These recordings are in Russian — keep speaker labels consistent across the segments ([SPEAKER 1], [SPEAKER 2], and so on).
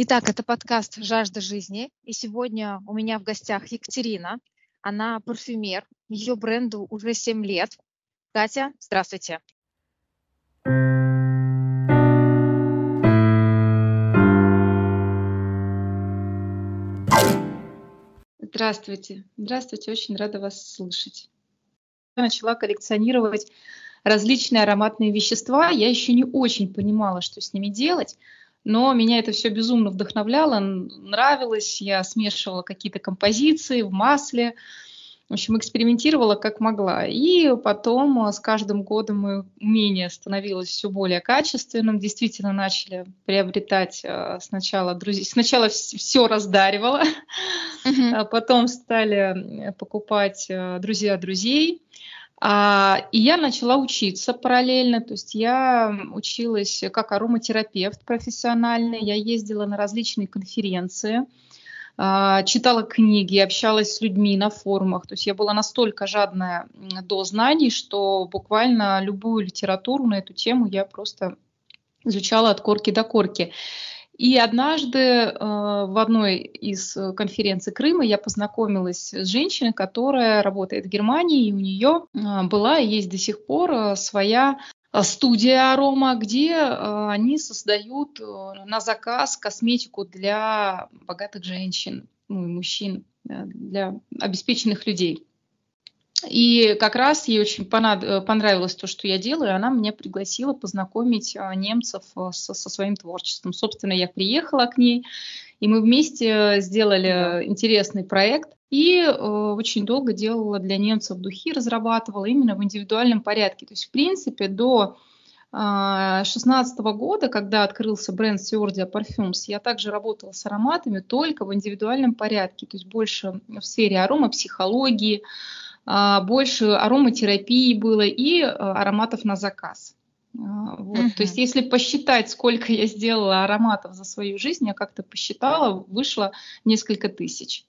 [SPEAKER 1] Итак, это подкаст «Жажда жизни». И сегодня у меня в гостях Екатерина. Она парфюмер. Ее бренду уже 7 лет. Катя, здравствуйте.
[SPEAKER 2] Здравствуйте. Здравствуйте, очень рада вас слышать. Я начала коллекционировать различные ароматные вещества. Я еще не очень понимала, что с ними делать, но меня это все безумно вдохновляло, нравилось. Я смешивала какие-то композиции в масле. В общем, экспериментировала как могла. И потом с каждым годом мое умение становилось все более качественным. Действительно начали приобретать сначала друзей. Сначала все раздаривала, а потом стали покупать друзья друзей. И я начала учиться параллельно, то есть я училась как ароматерапевт профессиональный, я ездила на различные конференции, читала книги, общалась с людьми на форумах. То есть я была настолько жадная до знаний, что буквально любую литературу на эту тему я просто изучала от корки до корки. И однажды в одной из конференций Крыма я познакомилась с женщиной, которая работает в Германии, и у нее была и есть до сих пор своя студия арома, где они создают на заказ косметику для богатых женщин, ну и мужчин, для обеспеченных людей. И как раз ей очень понравилось то, что я делаю, и она меня пригласила познакомить немцев со своим творчеством. Собственно, я приехала к ней, и мы вместе сделали интересный проект. И очень долго делала для немцев духи, разрабатывала именно в индивидуальном порядке. То есть, в принципе, до 2016 года, когда открылся бренд Sciordia Parfums, я также работала с ароматами только в индивидуальном порядке, то есть больше в сфере аромапсихологии, больше ароматерапии было и ароматов на заказ. Вот. То есть если посчитать, сколько я сделала ароматов за свою жизнь, я как-то посчитала, вышло несколько тысяч.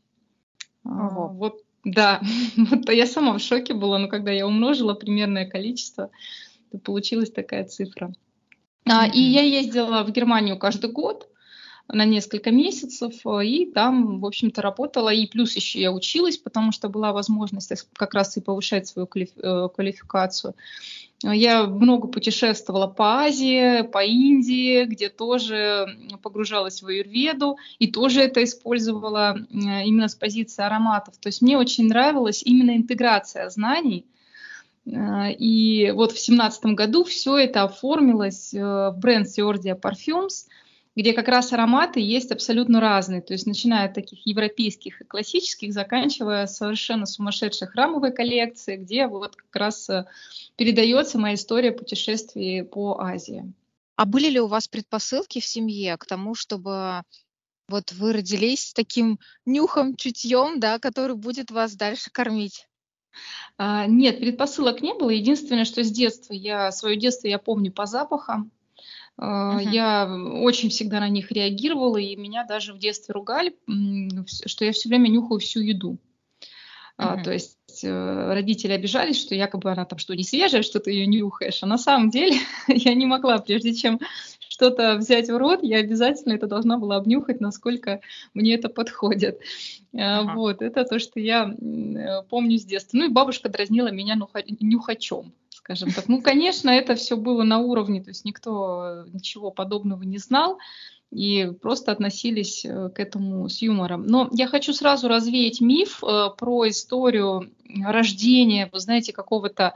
[SPEAKER 2] Вот, да, вот я сама в шоке была, но когда я умножила примерное количество, то получилась такая цифра. И я ездила в Германию каждый год на несколько месяцев, и там, в общем-то, работала. И плюс еще я училась, потому что была возможность как раз и повышать свою квалификацию. Я много путешествовала по Азии, по Индии, где тоже погружалась в аюрведу, и тоже это использовала именно с позиции ароматов. То есть мне очень нравилась именно интеграция знаний. И вот в 2017 году все это оформилось в бренд Sciordia Parfums, где как раз ароматы есть абсолютно разные, то есть начиная от таких европейских и классических, заканчивая совершенно сумасшедшей храмовой коллекцией, где вот как раз передается моя история путешествий по Азии.
[SPEAKER 1] А были ли у вас предпосылки в семье к тому, чтобы вот вы родились с таким нюхом, чутьем, да, который будет вас дальше кормить?
[SPEAKER 2] Нет, предпосылок не было. Единственное, что свое детство я помню по запахам. Я очень всегда на них реагировала, и меня даже в детстве ругали, что я все время нюхаю всю еду. То есть родители обижались, что якобы она там что, не свежая, что ты ее нюхаешь. А на самом деле я не могла, прежде чем что-то взять в рот, я обязательно это должна была обнюхать, насколько мне это подходит. Вот, это то, что я помню с детства. Ну и бабушка дразнила меня нюхачом, скажем так. Ну, конечно, это все было на уровне, то есть никто ничего подобного не знал и просто относились к этому с юмором. Но я хочу сразу развеять миф про историю рождения, вы знаете, какого-то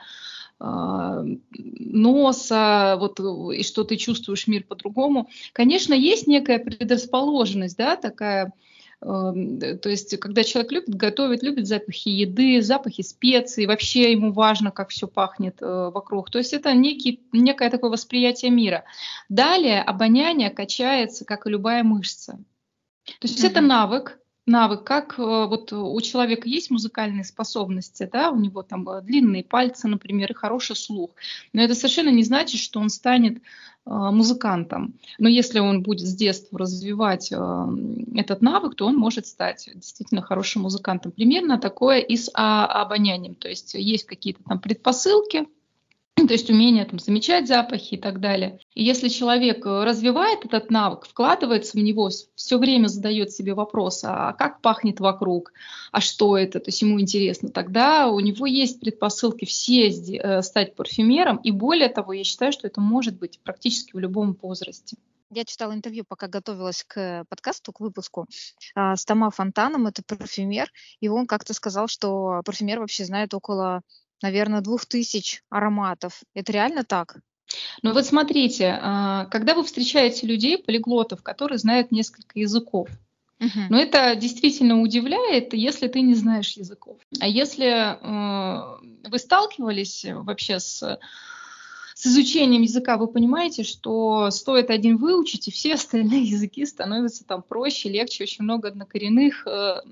[SPEAKER 2] носа, вот, и что ты чувствуешь мир по-другому. Конечно, есть некая предрасположенность, да, такая, то есть когда человек любит готовить, любит запахи еды, запахи специй, вообще ему важно, как все пахнет вокруг. То есть это некое такое восприятие мира. Далее обоняние качается, как и любая мышца. То есть это навык, как вот у человека есть музыкальные способности, да, у него там длинные пальцы, например, и хороший слух. Но это совершенно не значит, что он станет музыкантом. Но если он будет с детства развивать этот навык, то он может стать действительно хорошим музыкантом. Примерно такое и с обонянием. То есть есть какие-то там предпосылки, то есть умение там замечать запахи и так далее. И если человек развивает этот навык, вкладывается в него, все время задает себе вопрос, а как пахнет вокруг, а что это, то есть ему интересно, тогда у него есть предпосылки все стать парфюмером, и более того, я считаю, что это может быть практически в любом возрасте.
[SPEAKER 1] Я читала интервью, пока готовилась к подкасту, к выпуску, с Тома Фонтаном, это парфюмер, и он как-то сказал, что парфюмер вообще знает около, наверное, 2000 ароматов. Это реально так?
[SPEAKER 2] Но вот смотрите, когда вы встречаете людей, полиглотов, которые знают несколько языков,
[SPEAKER 1] Мгм.
[SPEAKER 2] но это действительно удивляет, если ты не знаешь языков. А если вы сталкивались вообще с изучением языка, вы понимаете, что стоит один выучить, и все остальные языки становятся там проще, легче, очень много однокоренных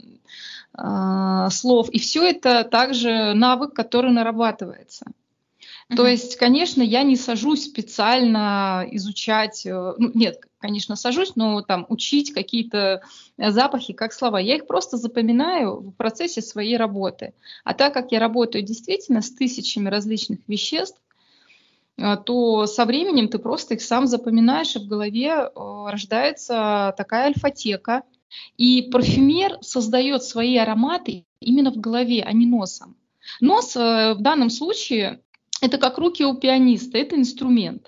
[SPEAKER 2] слов. И все это также навык, который нарабатывается. То
[SPEAKER 1] Мгм.
[SPEAKER 2] есть, конечно, я не сажусь специально изучать, ну, нет, конечно, сажусь, но там учить какие-то запахи как слова. Я их просто запоминаю в процессе своей работы. А так как я работаю действительно с тысячами различных веществ, то со временем ты просто их сам запоминаешь, и в голове рождается такая альфатека. И парфюмер создает свои ароматы именно в голове, а не носом. Нос в данном случае это как руки у пианиста, это инструмент,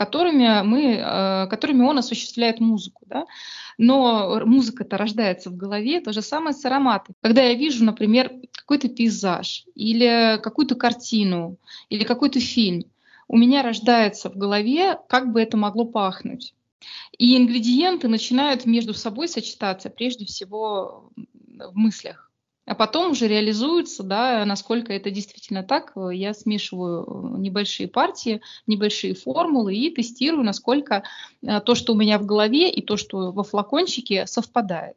[SPEAKER 2] которыми он осуществляет музыку. Да? Но музыка-то рождается в голове, то же самое с ароматом. Когда я вижу, например, какой-то пейзаж или какую-то картину или какой-то фильм, у меня рождается в голове, как бы это могло пахнуть. И ингредиенты начинают между собой сочетаться, прежде всего в мыслях. А потом уже реализуются, да, насколько это действительно так. Я смешиваю небольшие партии, небольшие формулы и тестирую, насколько то, что у меня в голове, и то, что во флакончике, совпадает.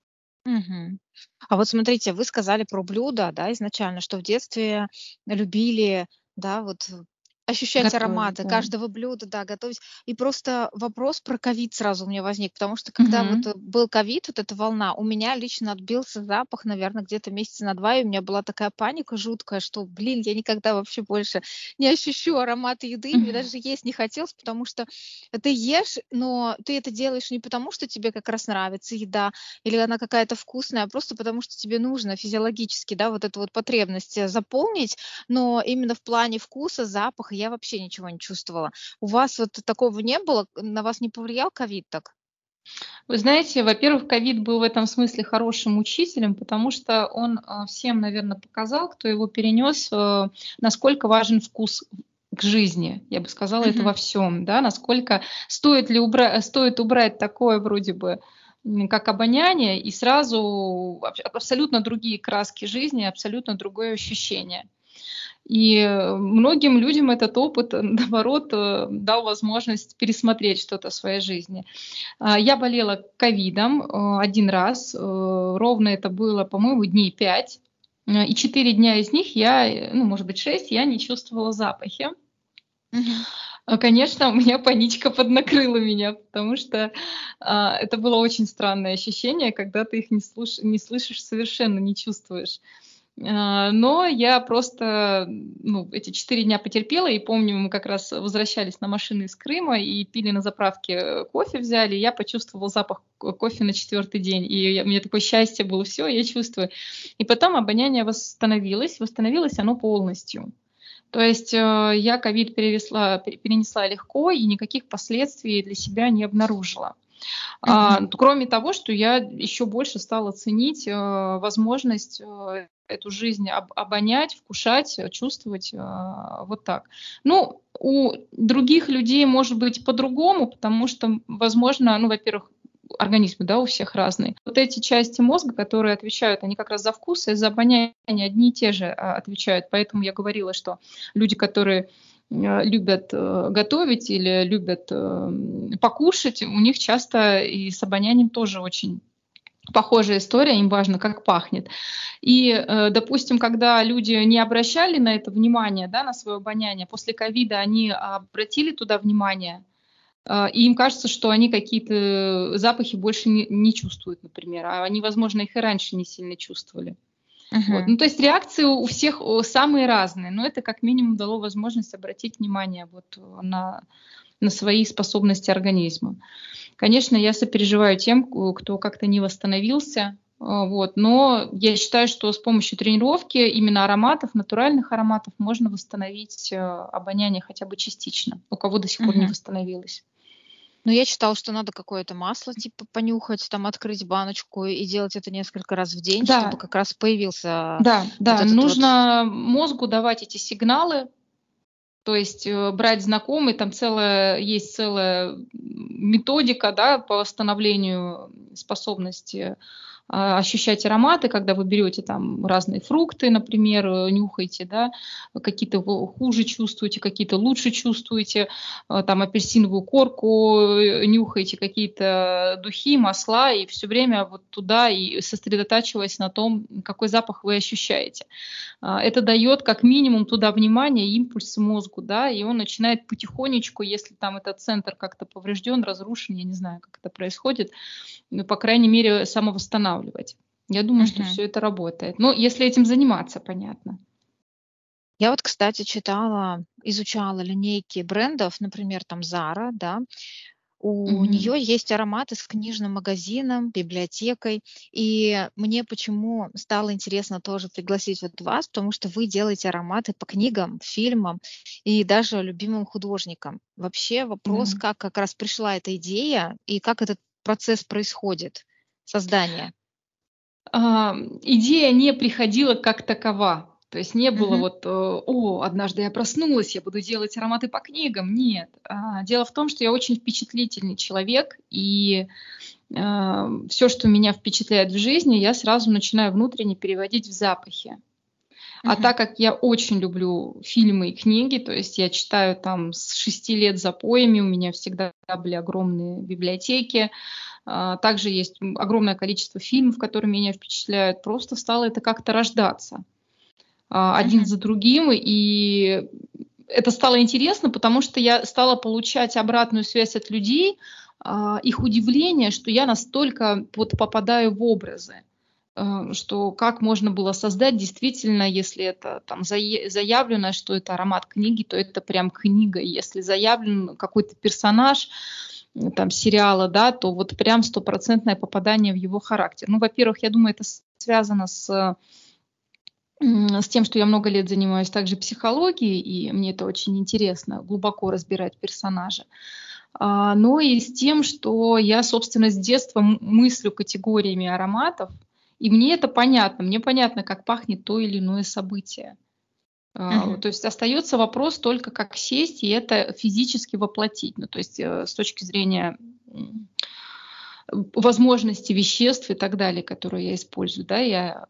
[SPEAKER 1] Мгм. А вот смотрите, вы сказали про блюда, да, изначально, что в детстве любили, да, вот ощущать
[SPEAKER 2] Готовить,
[SPEAKER 1] ароматы
[SPEAKER 2] да.
[SPEAKER 1] каждого блюда, да, готовить. И просто вопрос про ковид сразу у меня возник, потому что когда вот
[SPEAKER 2] Мгм.
[SPEAKER 1] был ковид, вот эта волна, у меня лично отбился запах, наверное, где-то месяца на 2, и у меня была такая паника жуткая, что, блин, я никогда вообще больше не ощущу аромат еды, мне даже есть не хотелось, потому что ты ешь, но ты это делаешь не потому, что тебе как раз нравится еда, или она какая-то вкусная, а просто потому что тебе нужно физиологически, да, вот эту вот потребность заполнить, но именно в плане вкуса, запаха я вообще ничего не чувствовала. У вас вот такого не было? На вас не повлиял ковид так?
[SPEAKER 2] Вы знаете, во-первых, ковид был в этом смысле хорошим учителем, потому что он всем, наверное, показал, кто его перенес, насколько важен вкус к жизни. Я бы сказала, это
[SPEAKER 1] Мгм.
[SPEAKER 2] во всем, да, насколько стоит убрать такое вроде бы как обоняние, и сразу абсолютно другие краски жизни, абсолютно другое ощущение. И многим людям этот опыт, наоборот, дал возможность пересмотреть что-то в своей жизни. Я болела ковидом 1 раз. Ровно это было, по-моему, дней 5. И 4 дня из них я, ну, может быть, 6, я не чувствовала запахи.
[SPEAKER 1] Мгм.
[SPEAKER 2] Конечно, у меня паничка поднакрыла меня, потому что, это было очень странное ощущение, когда ты их не слышишь, совершенно не чувствуешь. Но я просто, ну, эти 4 дня потерпела. И помню, мы как раз возвращались на машине из Крыма и пили на заправке кофе взяли, и я почувствовала запах кофе на 4-й день. И у меня такое счастье было: все, я чувствую. И потом обоняние восстановилось оно полностью. То есть, я ковид перенесла легко и никаких последствий для себя не обнаружила.
[SPEAKER 1] Мгм.
[SPEAKER 2] Кроме того, что я еще больше стала ценить, возможность, эту жизнь обонять, вкушать, чувствовать, вот так. Ну, у других людей может быть по-другому, потому что, возможно, ну, во-первых, организмы, да, у всех разные. Вот эти части мозга, которые отвечают, они как раз за вкус и за обоняние одни и те же, отвечают. Поэтому я говорила, что люди, которые любят готовить или любят покушать, у них часто и с обонянием тоже очень похожая история, им важно, как пахнет. И, допустим, когда люди не обращали на это внимание, да, на свое обоняние, после ковида они обратили туда внимание, и им кажется, что они какие-то запахи больше не чувствуют, например, а они, возможно, их и раньше не сильно чувствовали. Вот.
[SPEAKER 1] Мгм.
[SPEAKER 2] Ну, то есть реакции у всех самые разные, но это как минимум дало возможность обратить внимание вот на свои способности организма. Конечно, я сопереживаю тем, кто как-то не восстановился, вот, но я считаю, что с помощью тренировки именно ароматов, натуральных ароматов можно восстановить обоняние хотя бы частично, у кого до сих пор не
[SPEAKER 1] Мгм.
[SPEAKER 2] восстановилось.
[SPEAKER 1] Но я читала, что надо какое-то масло, типа, понюхать, там, открыть баночку и делать это несколько раз в день, чтобы
[SPEAKER 2] Да,
[SPEAKER 1] как раз появился
[SPEAKER 2] да,
[SPEAKER 1] вот
[SPEAKER 2] да,
[SPEAKER 1] этот вот.
[SPEAKER 2] нужно мозгу давать эти сигналы, то есть брать знакомый, там есть целая методика, да, по восстановлению способности ощущать ароматы, когда вы берете там разные фрукты, например, нюхаете, да, какие-то вы хуже чувствуете, какие-то лучше чувствуете, там апельсиновую корку нюхаете, какие-то духи, масла, и все время вот туда и сосредотачиваясь на том, какой запах вы ощущаете. Это дает как минимум туда внимание, импульсы мозгу, да, и он начинает потихонечку, если там этот центр как-то поврежден, разрушен, я не знаю, как это происходит, ну, по крайней мере, самовосстанавливать. Я думаю, что
[SPEAKER 1] Мгм.
[SPEAKER 2] все это работает. Но если этим заниматься, понятно.
[SPEAKER 1] Я вот, кстати, читала, изучала линейки брендов, например, там Zara, да. У
[SPEAKER 2] Мгм.
[SPEAKER 1] нее есть ароматы с книжным магазином, библиотекой. И мне почему стало интересно тоже пригласить вот вас, потому что вы делаете ароматы по книгам, фильмам и даже любимым художникам. Вообще
[SPEAKER 2] Да.
[SPEAKER 1] вопрос, как раз пришла эта идея и как этот процесс происходит, создание.
[SPEAKER 2] Идея не приходила как такова. То есть не было
[SPEAKER 1] Мгм.
[SPEAKER 2] вот, однажды я проснулась, я буду делать ароматы по книгам. Нет. Дело в том, что я очень впечатлительный человек, и все, что меня впечатляет в жизни, я сразу начинаю внутренне переводить в запахи. А
[SPEAKER 1] Мгм.
[SPEAKER 2] так как я очень люблю фильмы и книги, то есть я читаю там с 6 лет запоями, у меня всегда были огромные библиотеки, также есть огромное количество фильмов, которые меня впечатляют, просто стало это как-то рождаться один
[SPEAKER 1] Мгм.
[SPEAKER 2] за другим, и это стало интересно, потому что я стала получать обратную связь от людей, их удивление, что я настолько вот попадаю в образы, что как можно было создать действительно, если это там заявлено, что это аромат книги, то это прям книга. Если заявлен какой-то персонаж там сериала, да, то вот прям стопроцентное попадание в его характер. Ну, во-первых, я думаю, это связано с тем, что я много лет занимаюсь также психологией, и мне это очень интересно, глубоко разбирать персонажа. Но и с тем, что я, собственно, с детства мыслю категориями ароматов, и мне это понятно. Мне понятно, как пахнет то или иное событие.
[SPEAKER 1] Мгм.
[SPEAKER 2] То есть остается вопрос только, как сесть и это физически воплотить. Ну, то есть с точки зрения возможности веществ и так далее, которые я использую, да,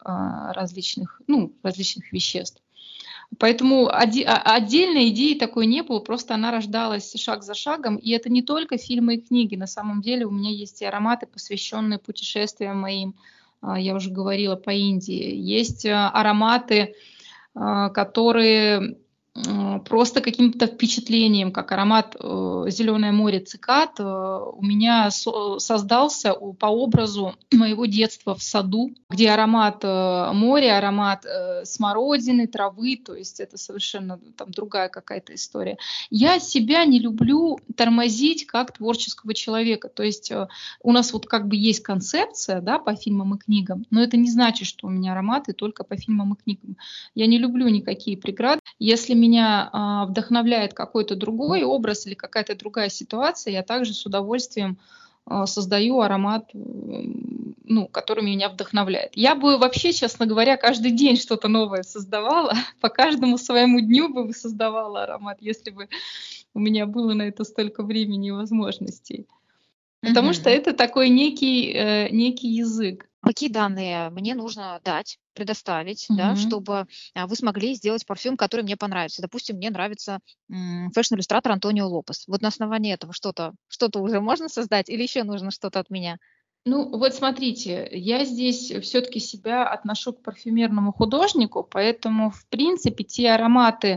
[SPEAKER 2] различных веществ. Поэтому отдельной идеи такой не было, просто она рождалась шаг за шагом. И это не только фильмы и книги. На самом деле у меня есть и ароматы, посвященные путешествиям моим. Я уже говорила по Индии. Есть ароматы, которые просто каким-то впечатлением, как аромат «Зеленое море» цикад, у меня создался по образу моего детства в саду, где аромат моря, аромат смородины, травы, то есть это совершенно там другая какая-то история. Я себя не люблю тормозить как творческого человека, то есть у нас вот как бы есть концепция, да, по фильмам и книгам, но это не значит, что у меня ароматы только по фильмам и книгам. Я не люблю никакие преграды. Если меня вдохновляет какой-то другой образ или какая-то другая ситуация, я также с удовольствием создаю аромат, ну, который меня вдохновляет. Я бы вообще, честно говоря, каждый день что-то новое создавала, по каждому своему дню бы создавала аромат, если бы у меня было на это столько времени и возможностей. Потому что
[SPEAKER 1] Мгм.
[SPEAKER 2] это такой некий язык.
[SPEAKER 1] Какие данные мне нужно дать, предоставить, да,
[SPEAKER 2] Мгм.
[SPEAKER 1] чтобы вы смогли сделать парфюм, который мне понравится? Допустим, мне нравится фэшн-иллюстратор Антонио Лопес. Вот на основании этого что-то уже можно создать или еще нужно что-то от меня?
[SPEAKER 2] Ну, вот смотрите, я здесь все-таки себя отношу к парфюмерному художнику, поэтому, в принципе, те ароматы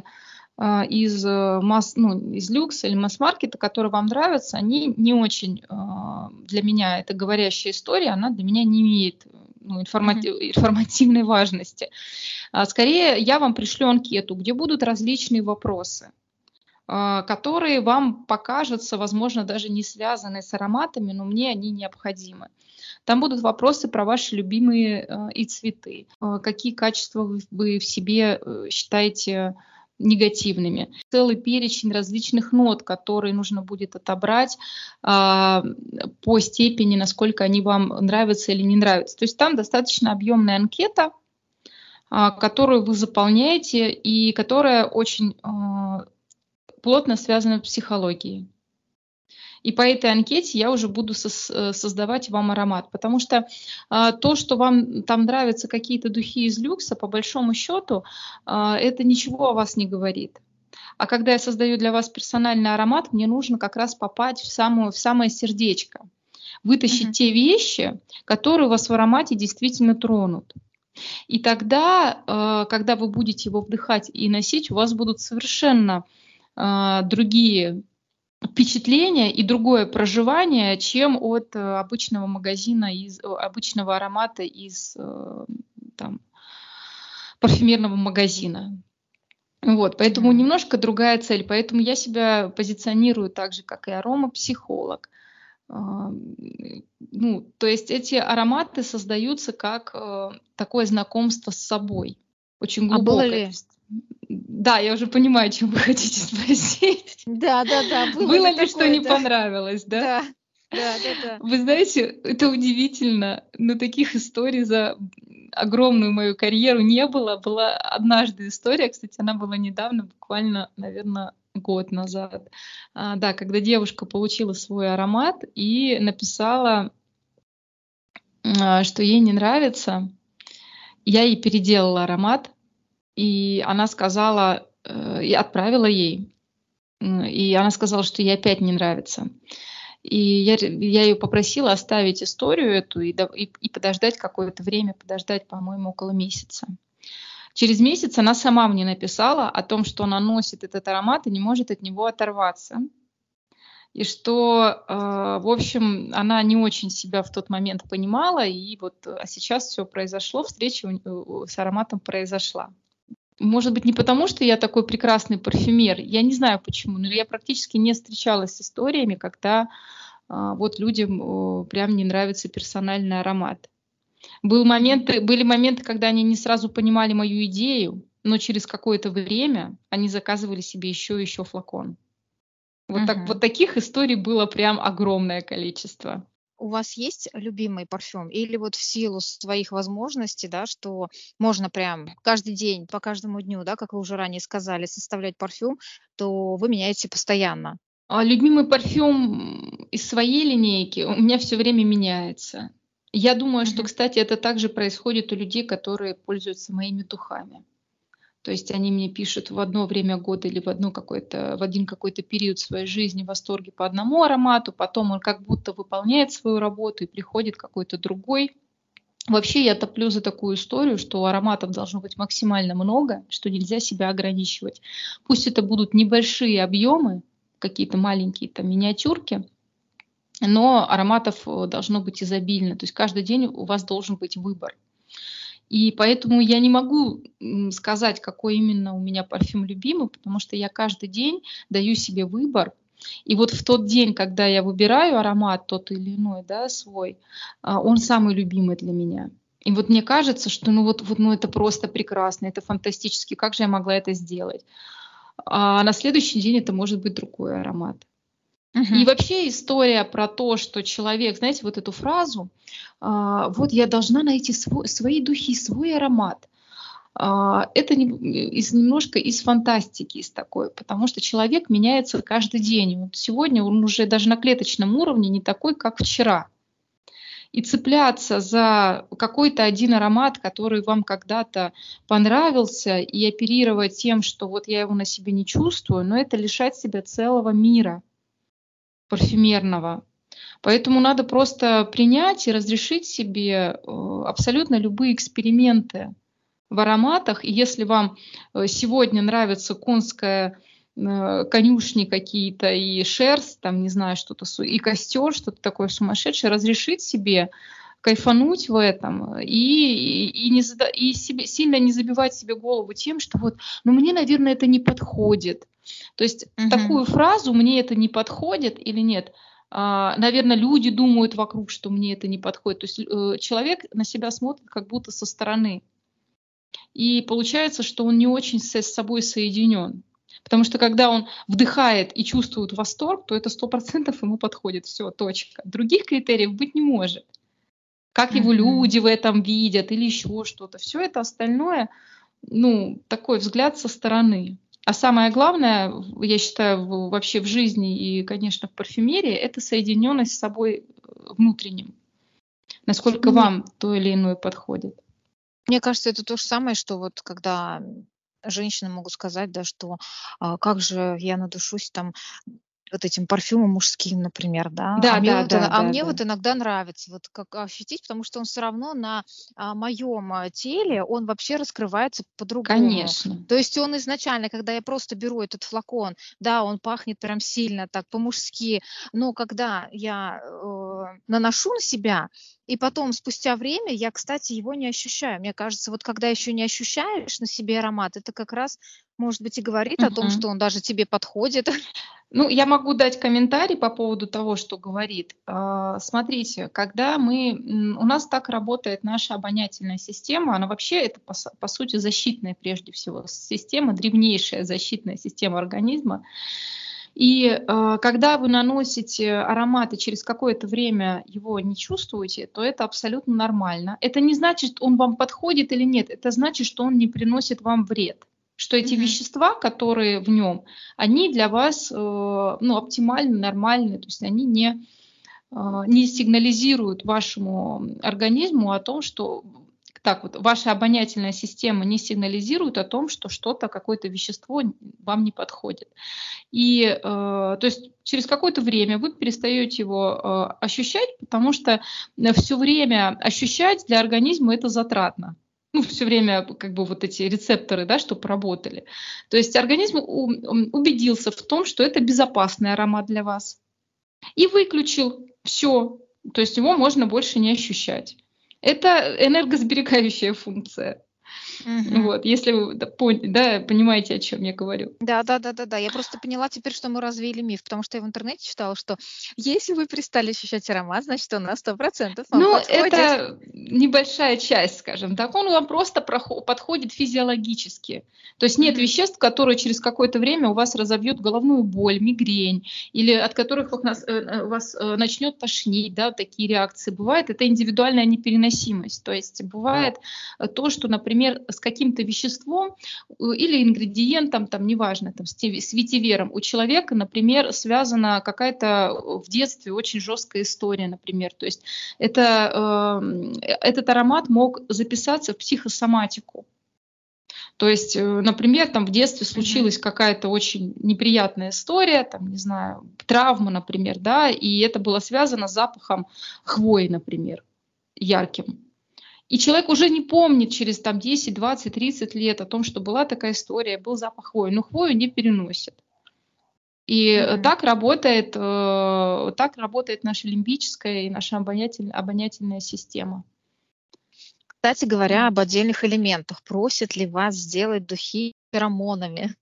[SPEAKER 2] из люкса или масс-маркета, которые вам нравятся, они не очень для меня, это говорящая история, она для меня не имеет
[SPEAKER 1] Мгм.
[SPEAKER 2] информативной важности. Скорее, я вам пришлю анкету, где будут различные вопросы, которые вам покажутся, возможно, даже не связаны с ароматами, но мне они необходимы. Там будут вопросы про ваши любимые и цветы, какие качества вы в себе считаете негативными. Целый перечень различных нот, которые нужно будет отобрать по степени, насколько они вам нравятся или не нравятся. То есть там достаточно объемная анкета, которую вы заполняете и которая очень плотно связана с психологией. И по этой анкете я уже буду создавать вам аромат. Потому что то, что вам там нравятся какие-то духи из люкса, по большому счету, это ничего о вас не говорит. А когда я создаю для вас персональный аромат, мне нужно как раз попасть в самое сердечко. Вытащить
[SPEAKER 1] Мгм.
[SPEAKER 2] те вещи, которые вас в аромате действительно тронут. И тогда, когда вы будете его вдыхать и носить, у вас будут совершенно другие впечатление и другое проживание, чем от обычного магазина, обычного аромата из там, парфюмерного магазина. Вот, поэтому
[SPEAKER 1] Мгм.
[SPEAKER 2] немножко другая цель. Поэтому я себя позиционирую так же, как и аромапсихолог. То есть эти ароматы создаются как такое знакомство с собой, очень
[SPEAKER 1] А было
[SPEAKER 2] глубокое. То
[SPEAKER 1] ли?
[SPEAKER 2] есть, да, я уже понимаю, чем вы хотите спросить.
[SPEAKER 1] Да-да-да, было
[SPEAKER 2] Было
[SPEAKER 1] ли
[SPEAKER 2] ли что
[SPEAKER 1] такое,
[SPEAKER 2] не
[SPEAKER 1] да.
[SPEAKER 2] понравилось, да?
[SPEAKER 1] Да. Да-да-да.
[SPEAKER 2] Вы знаете, это удивительно, но таких историй за огромную мою карьеру не было. Была однажды история, кстати, она была недавно, буквально, наверное, год назад. Да, когда девушка получила свой аромат и написала, что ей не нравится. Я ей переделала аромат, и она сказала, и отправила ей. И она сказала, что ей опять не нравится. И я ее попросила оставить историю эту и подождать какое-то время, подождать, по-моему, около месяца. Через месяц она сама мне написала о том, что она носит этот аромат и не может от него оторваться. И что, в общем, она не очень себя в тот момент понимала, и вот, а сейчас все произошло, встреча с ароматом произошла. Может быть, не потому, что я такой прекрасный парфюмер, я не знаю почему, но я практически не встречалась с историями, когда вот людям прям не нравится персональный аромат.
[SPEAKER 1] Мгм.
[SPEAKER 2] Были моменты, когда они не сразу понимали мою идею, но через какое-то время они заказывали себе еще и еще флакон. Вот
[SPEAKER 1] Мгм.
[SPEAKER 2] таких историй было прям огромное количество.
[SPEAKER 1] У вас есть любимый парфюм? Или вот в силу своих возможностей, да, что можно прям каждый день, по каждому дню, да, как вы уже ранее сказали, составлять парфюм, то вы меняете постоянно?
[SPEAKER 2] Любимый парфюм из своей линейки у меня все время меняется. Я думаю, что,
[SPEAKER 1] Мгм.
[SPEAKER 2] кстати, это также происходит у людей, которые пользуются моими духами. То есть они мне пишут в одно время года или в один какой-то период своей жизни в восторге по одному аромату, потом он как будто выполняет свою работу и приходит какой-то другой. Вообще я топлю за такую историю, что ароматов должно быть максимально много, что нельзя себя ограничивать. Пусть это будут небольшие объемы, какие-то маленькие там миниатюрки, но ароматов должно быть изобильно. То есть каждый день у вас должен быть выбор. И поэтому я не могу сказать, какой именно у меня парфюм любимый, потому что я каждый день даю себе выбор. И вот в тот день, когда я выбираю аромат тот или иной, да, свой, он самый любимый для меня. И вот мне кажется, что ну это просто прекрасно, это фантастически, как же я могла это сделать? А на следующий день это может быть другой аромат. И
[SPEAKER 1] Мгм.
[SPEAKER 2] вообще история про то, что человек, знаете, вот эту фразу, вот я должна найти свои духи, свой аромат. Это немножко из фантастики, из такой, потому что человек меняется каждый день. Вот сегодня он уже даже на клеточном уровне не такой, как вчера. И цепляться за какой-то один аромат, который вам когда-то понравился, и оперировать тем, что вот я его на себе не чувствую, но это лишать себя целого мира парфюмерного. Поэтому надо просто принять и разрешить себе абсолютно любые эксперименты в ароматах. И если вам сегодня нравится конская конюшни какие-то и шерсть, там, не знаю, что-то, и костер, что-то такое сумасшедшее, разрешить себе кайфануть в этом и сильно не забивать себе голову тем, что вот, ну мне, наверное, это не подходит. То есть такую фразу «мне это не подходит» или нет, наверное, люди думают вокруг, что мне это не подходит. То есть человек на себя смотрит как будто со стороны. И получается, что он не очень с собой соединен. Потому что когда он вдыхает и чувствует восторг, то это 100% ему подходит. Все, точка. Других критериев быть не может. Как его люди в этом видят или еще что-то. Все это остальное, ну, такой взгляд со стороны. А самое главное, я считаю, вообще в жизни и, конечно, в парфюмерии, это соединенность с собой внутренним. Насколько вам то или иное подходит.
[SPEAKER 1] Мне кажется, это то же самое, что вот когда женщины могут сказать, да, что как же я надушусь там вот этим парфюмом мужским, например, да.
[SPEAKER 2] Да,
[SPEAKER 1] Мне вот иногда нравится вот как ощутить, потому что он все равно на моем теле, он вообще раскрывается по-другому.
[SPEAKER 2] Конечно.
[SPEAKER 1] То есть он изначально, когда я просто беру этот флакон, да, он пахнет прям сильно так по-мужски, но когда я наношу на себя, и потом, спустя время, я, кстати, его не ощущаю. Мне кажется, вот когда еще не ощущаешь на себе аромат, это как раз, может быть, и говорит о том, что он даже тебе подходит.
[SPEAKER 2] Ну, я могу дать комментарий по поводу того, что говорит. Смотрите, когда у нас так работает наша обонятельная система, она вообще это, по сути, защитная прежде всего система, древнейшая защитная система организма. И когда вы наносите аромат и через какое-то время его не чувствуете, то это абсолютно нормально. Это не значит, он вам подходит или нет, это значит, что он не приносит вам вред. Что эти вещества, которые в нем, они для вас оптимальны, нормальны, то есть они не сигнализируют вашему организму о том, что ваша обонятельная система не сигнализирует о том, что что-то, какое-то вещество вам не подходит. И то есть через какое-то время вы перестаете его ощущать, потому что все время ощущать для организма это затратно. Все время как бы вот эти рецепторы, да, чтобы работали. То есть организм убедился в том, что это безопасный аромат для вас. И выключил все. То есть его можно больше не ощущать. Это энергосберегающая функция. Вот, если вы понимаете, о чем я говорю.
[SPEAKER 1] Да. Я просто поняла теперь, что мы развеяли миф, потому что я в интернете читала, что если вы перестали ощущать аромат, значит, он на 100% вам подходит.
[SPEAKER 2] Это небольшая часть, скажем так. Он вам просто подходит физиологически. То есть нет веществ, которые через какое-то время у вас разовьют головную боль, мигрень, или от которых вас начнет тошнить, да, такие реакции. Бывает это индивидуальная непереносимость. То есть бывает то, что, например, с каким-то веществом или ингредиентом, там, неважно, там, с ветивером, у человека, например, связана какая-то в детстве очень жесткая история, например. То есть этот аромат мог записаться в психосоматику. То есть, например, там в детстве случилась какая-то очень неприятная история, там, не знаю, травма, например, да, и это было связано с запахом хвои, например, ярким. И человек уже не помнит через там, 10, 20, 30 лет о том, что была такая история, был запах хвои, но хвою не переносит. И так работает наша лимбическая и наша обонятельная система.
[SPEAKER 1] Кстати говоря, об отдельных элементах. Просят ли вас сделать духи феромонами?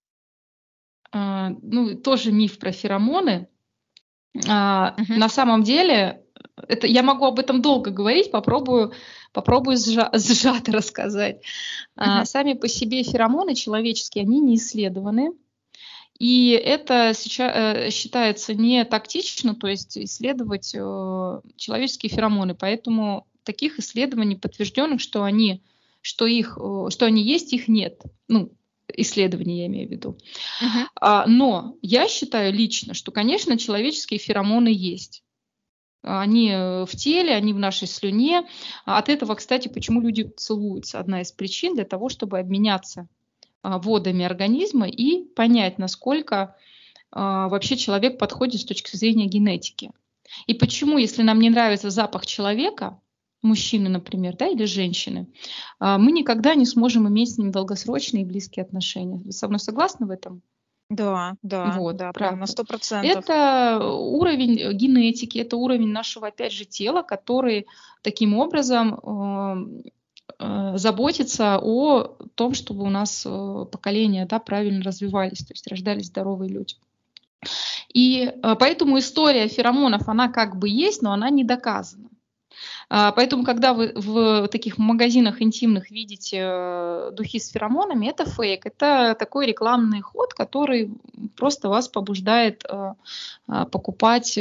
[SPEAKER 2] Тоже миф про феромоны. На самом деле, я могу об этом долго говорить, попробую сжато рассказать. Сами по себе феромоны человеческие, они не исследованы. И это сейчас считается не тактично, то есть исследовать человеческие феромоны. Поэтому таких исследований подтвержденных, что они есть, их нет. Исследований я имею в виду. Но я считаю лично, что, конечно, человеческие феромоны есть. Они в теле, они в нашей слюне. От этого, кстати, почему люди целуются, одна из причин, для того, чтобы обменяться водами организма и понять, насколько вообще человек подходит с точки зрения генетики. И почему, если нам не нравится запах человека, мужчины, например, да, или женщины, мы никогда не сможем иметь с ним долгосрочные и близкие отношения. Вы со мной согласны в этом?
[SPEAKER 1] Да, да,
[SPEAKER 2] Вот,
[SPEAKER 1] да, прям на
[SPEAKER 2] правда.
[SPEAKER 1] 100%.
[SPEAKER 2] Это уровень генетики, это уровень нашего, опять же, тела, который таким образом заботится о том, чтобы у нас поколения, да, правильно развивались, то есть рождались здоровые люди. И поэтому история феромонов, она как бы есть, но она не доказана. Поэтому, когда вы в таких магазинах интимных видите духи с феромонами, это фейк. Это такой рекламный ход, который просто вас побуждает покупать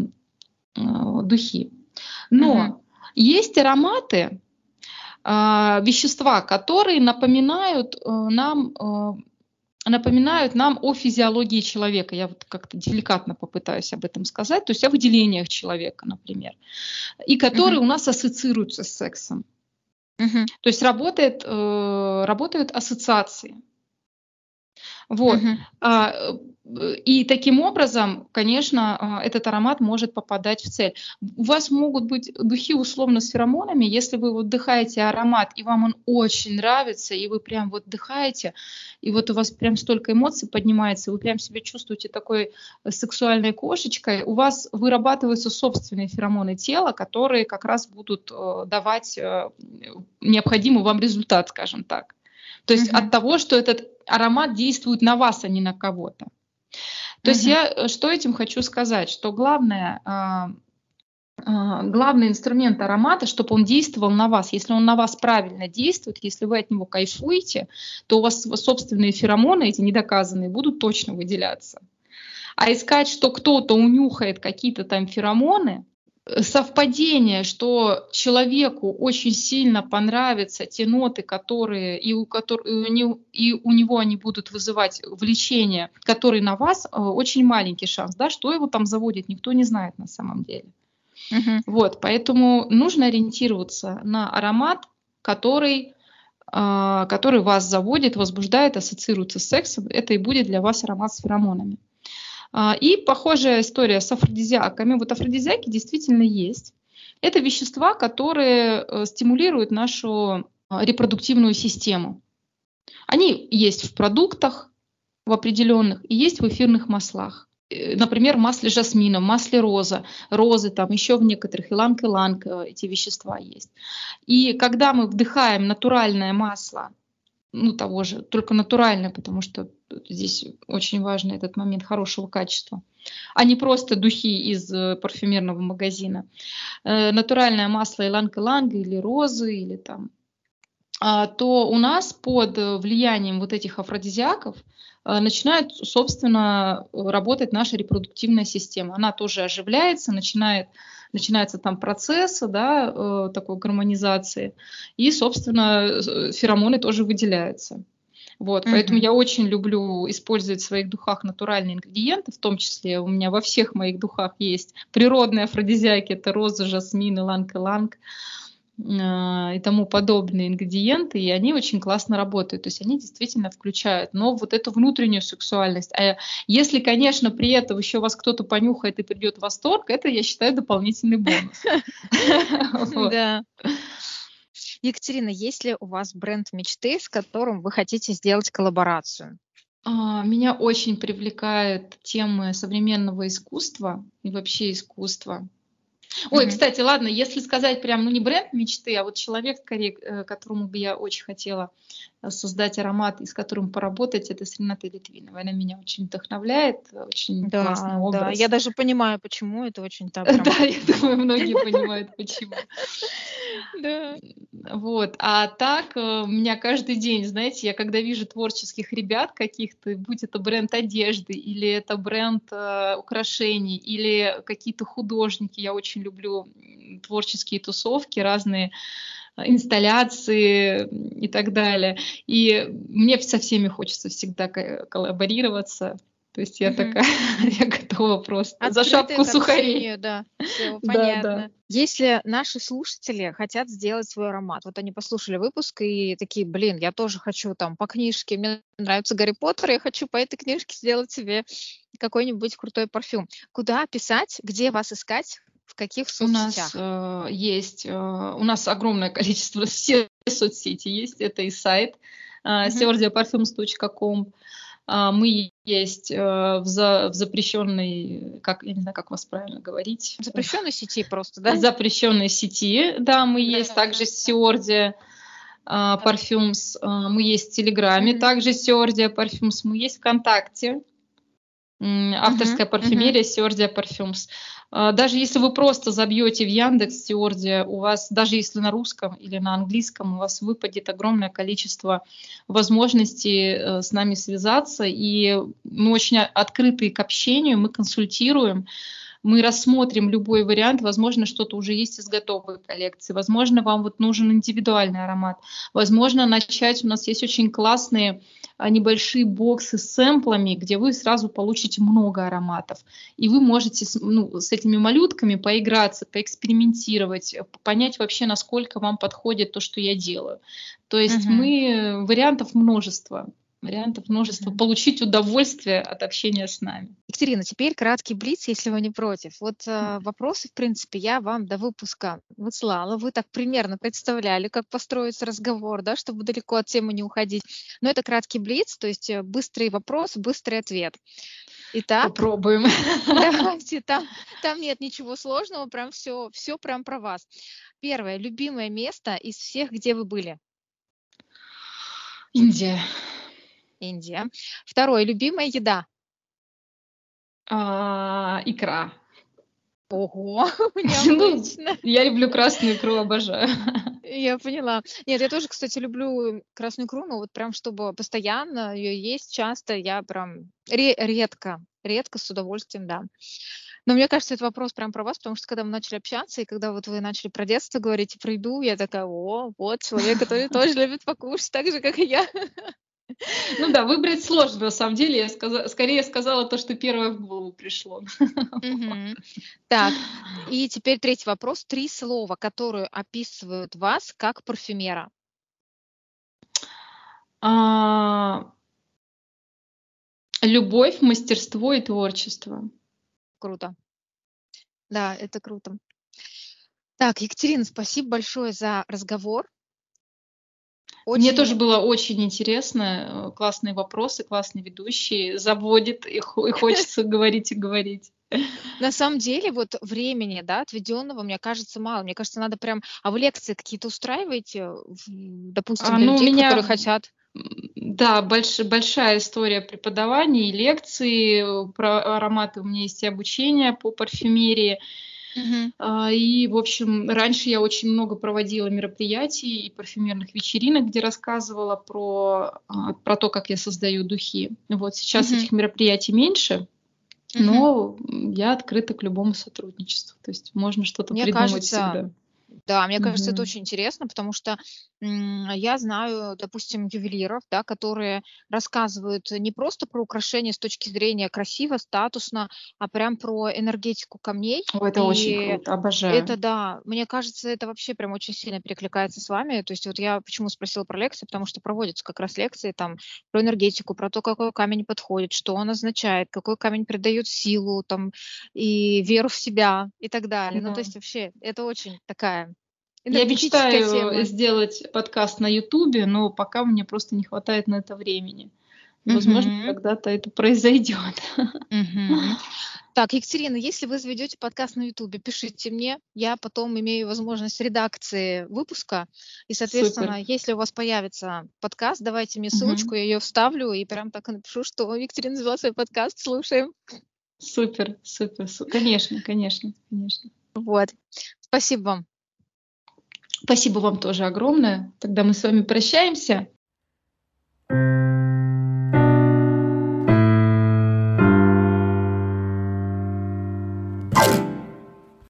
[SPEAKER 2] духи. Но есть ароматы, вещества, которые напоминают нам о физиологии человека. Я вот как-то деликатно попытаюсь об этом сказать. То есть о выделениях человека, например. И которые у нас ассоциируются с сексом. То есть работают ассоциации. Вот. И таким образом, конечно, этот аромат может попадать в цель. У вас могут быть духи условно с феромонами, если вы вот вдыхаете аромат, и вам он очень нравится, и вы прям вот вдыхаете, и вот у вас прям столько эмоций поднимается, вы прям себя чувствуете такой сексуальной кошечкой, у вас вырабатываются собственные феромоны тела, которые как раз будут давать необходимый вам результат, скажем так. То есть от того, что этот аромат действует на вас, а не на кого-то. То есть я что этим хочу сказать, что главный инструмент аромата, чтобы он действовал на вас. Если он на вас правильно действует, если вы от него кайфуете, то у вас собственные феромоны, эти недоказанные, будут точно выделяться. А искать, что кто-то унюхает какие-то там феромоны, совпадение, что человеку очень сильно понравятся те ноты, которые и у него они будут вызывать влечение, которые на вас, очень маленький шанс, да, что его там заводит, никто не знает на самом деле. Вот, поэтому нужно ориентироваться на аромат, который вас заводит, возбуждает, ассоциируется с сексом. Это и будет для вас аромат с феромонами. И похожая история с афродизиаками. Вот афродизиаки действительно есть. Это вещества, которые стимулируют нашу репродуктивную систему. Они есть в продуктах в определенных и есть в эфирных маслах. Например, в масле жасмина, в масле розы, там еще в некоторых иланг-иланг эти вещества есть. И когда мы вдыхаем натуральное масло, того же, только натуральное, потому что здесь очень важный этот момент хорошего качества, а не просто духи из парфюмерного магазина. Натуральное масло иланг-иланг или розы, или там, то у нас под влиянием вот этих афродизиаков начинает, собственно, работать наша репродуктивная система. Она тоже оживляется, начинается там процесс, да, такой гармонизации, и, собственно, феромоны тоже выделяются. Вот, поэтому я очень люблю использовать в своих духах натуральные ингредиенты, в том числе у меня во всех моих духах есть природные афродизиаки, это роза, жасмин, иланг-иланг и тому подобные ингредиенты, и они очень классно работают, то есть они действительно включают, но вот эту внутреннюю сексуальность. А если, конечно, при этом еще вас кто-то понюхает и придет в восторг, это, я считаю, дополнительный бонус.
[SPEAKER 1] Да. Екатерина, есть ли у вас бренд мечты, с которым вы хотите сделать коллаборацию?
[SPEAKER 2] Меня очень привлекают темы современного искусства и вообще искусства. Ой, кстати, ладно, если сказать прям, не бренд мечты, а вот человек, скорее, которому бы я очень хотела создать аромат и с которым поработать, это с Ренатой Литвиновой. Она меня очень вдохновляет, очень классный образ.
[SPEAKER 1] Да, я даже понимаю, почему это очень так.
[SPEAKER 2] Да, я думаю, многие понимают, почему.
[SPEAKER 1] Да.
[SPEAKER 2] Вот, а так у меня каждый день, знаете, я когда вижу творческих ребят каких-то, будь это бренд одежды, или это бренд украшений, или какие-то художники, я очень люблю творческие тусовки, разные инсталляции и так далее. И мне со всеми хочется всегда коллаборироваться. То есть я такая, я готова просто за шапку сухарей.
[SPEAKER 1] Да, все понятно. Если наши слушатели хотят сделать свой аромат, вот они послушали выпуск и такие, я тоже хочу там по книжке, мне нравится Гарри Поттер, я хочу по этой книжке сделать себе какой-нибудь крутой парфюм. Куда писать, где вас искать? В каких соцсетях?
[SPEAKER 2] У нас огромное количество, все соцсети есть, это и сайт seordiaparfums.com, Мы есть в запрещенной, я не знаю, как вас правильно говорить.
[SPEAKER 1] Запрещенной сети просто, да?
[SPEAKER 2] Запрещенной сети, да, мы есть также Сиордия Парфюмс, мы есть в Телеграме, также Сиордия Парфюмс, мы есть ВКонтакте. Авторская парфюмерия Сиордия Парфюмс. Даже если вы просто забьете в Яндекс Сиордия, у вас, даже если на русском или на английском, у вас выпадет огромное количество возможностей с нами связаться. И мы очень открыты к общению, мы консультируем. Мы рассмотрим любой вариант, возможно, что-то уже есть из готовой коллекции, возможно, вам вот нужен индивидуальный аромат, возможно, начать, у нас есть очень классные небольшие боксы с сэмплами, где вы сразу получите много ароматов, и вы можете с этими малютками поиграться, поэкспериментировать, понять вообще, насколько вам подходит то, что я делаю. То есть вариантов множество. Получить удовольствие от общения с нами.
[SPEAKER 1] Екатерина, теперь краткий блиц, если вы не против. Вот вопросы, в принципе, я вам до выпуска выслала. Вы так примерно представляли, как построить разговор, да, чтобы далеко от темы не уходить. Но это краткий блиц, то есть быстрый вопрос, быстрый ответ. Итак,
[SPEAKER 2] попробуем.
[SPEAKER 1] Давайте, там нет ничего сложного, прям все прям про вас. Первое, любимое место из всех, где вы были?
[SPEAKER 2] Индия.
[SPEAKER 1] Индия. Второе, любимая еда?
[SPEAKER 2] Икра.
[SPEAKER 1] Ого, необычно.
[SPEAKER 2] Я люблю красную икру, обожаю.
[SPEAKER 1] Я поняла. Нет, я тоже, кстати, люблю красную икру, но вот прям чтобы постоянно ее есть часто, я прям редко с удовольствием, да. Но мне кажется, это вопрос прям про вас, потому что когда мы начали общаться, и когда вот вы начали про детство говорить и про еду, я такая, вот человек, который тоже любит покушать, так же, как и я.
[SPEAKER 2] Ну да, выбрать сложно, на самом деле. Я скорее сказала то, что первое в голову пришло.
[SPEAKER 1] Так, и теперь третий вопрос. 3 слова, которые описывают вас как парфюмера.
[SPEAKER 2] Любовь, мастерство и творчество.
[SPEAKER 1] Круто. Да, это круто. Так, Екатерина, спасибо большое за разговор.
[SPEAKER 2] Мне тоже было очень интересно. Классные вопросы, классные ведущие. Заводит и хочется говорить и говорить.
[SPEAKER 1] На самом деле, вот времени, да, отведенного, мне кажется, мало. Мне кажется, надо прям... А вы лекции какие-то устраиваете, допустим, для людей, которые хотят?
[SPEAKER 2] Да, большая история преподавания и лекции. Про ароматы у меня есть и обучение по парфюмерии. И, в общем, раньше я очень много проводила мероприятий и парфюмерных вечеринок, где рассказывала про то, как я создаю духи. Вот сейчас этих мероприятий меньше, но я открыта к любому сотрудничеству. То есть можно что-то придумать всегда.
[SPEAKER 1] Да, мне кажется, это очень интересно, потому что я знаю, допустим, ювелиров, да, которые рассказывают не просто про украшения с точки зрения красиво, статусно, а прям про энергетику камней.
[SPEAKER 2] Это очень круто, обожаю.
[SPEAKER 1] Это да, мне кажется, это вообще прям очень сильно перекликается с вами. То есть вот я почему спросила про лекции, потому что проводятся как раз лекции там про энергетику, про то, какой камень подходит, что он означает, какой камень придает силу там и веру в себя и так далее. Ну, то есть вообще это очень такая
[SPEAKER 2] я
[SPEAKER 1] энергетическая
[SPEAKER 2] мечтаю
[SPEAKER 1] тема.
[SPEAKER 2] сделать подкаст на Ютубе, но пока мне просто не хватает на это времени. Возможно, когда-то это произойдет.
[SPEAKER 1] Так, Екатерина, если вы заведете подкаст на Ютубе, пишите мне. Я потом имею возможность редакции выпуска. И, соответственно, если у вас появится подкаст, давайте мне ссылочку, я ее вставлю и прям так и напишу, что Екатерина завела свой подкаст, слушаем.
[SPEAKER 2] Супер. Конечно.
[SPEAKER 1] Вот. Спасибо вам.
[SPEAKER 2] Спасибо вам тоже огромное. Тогда мы с вами прощаемся.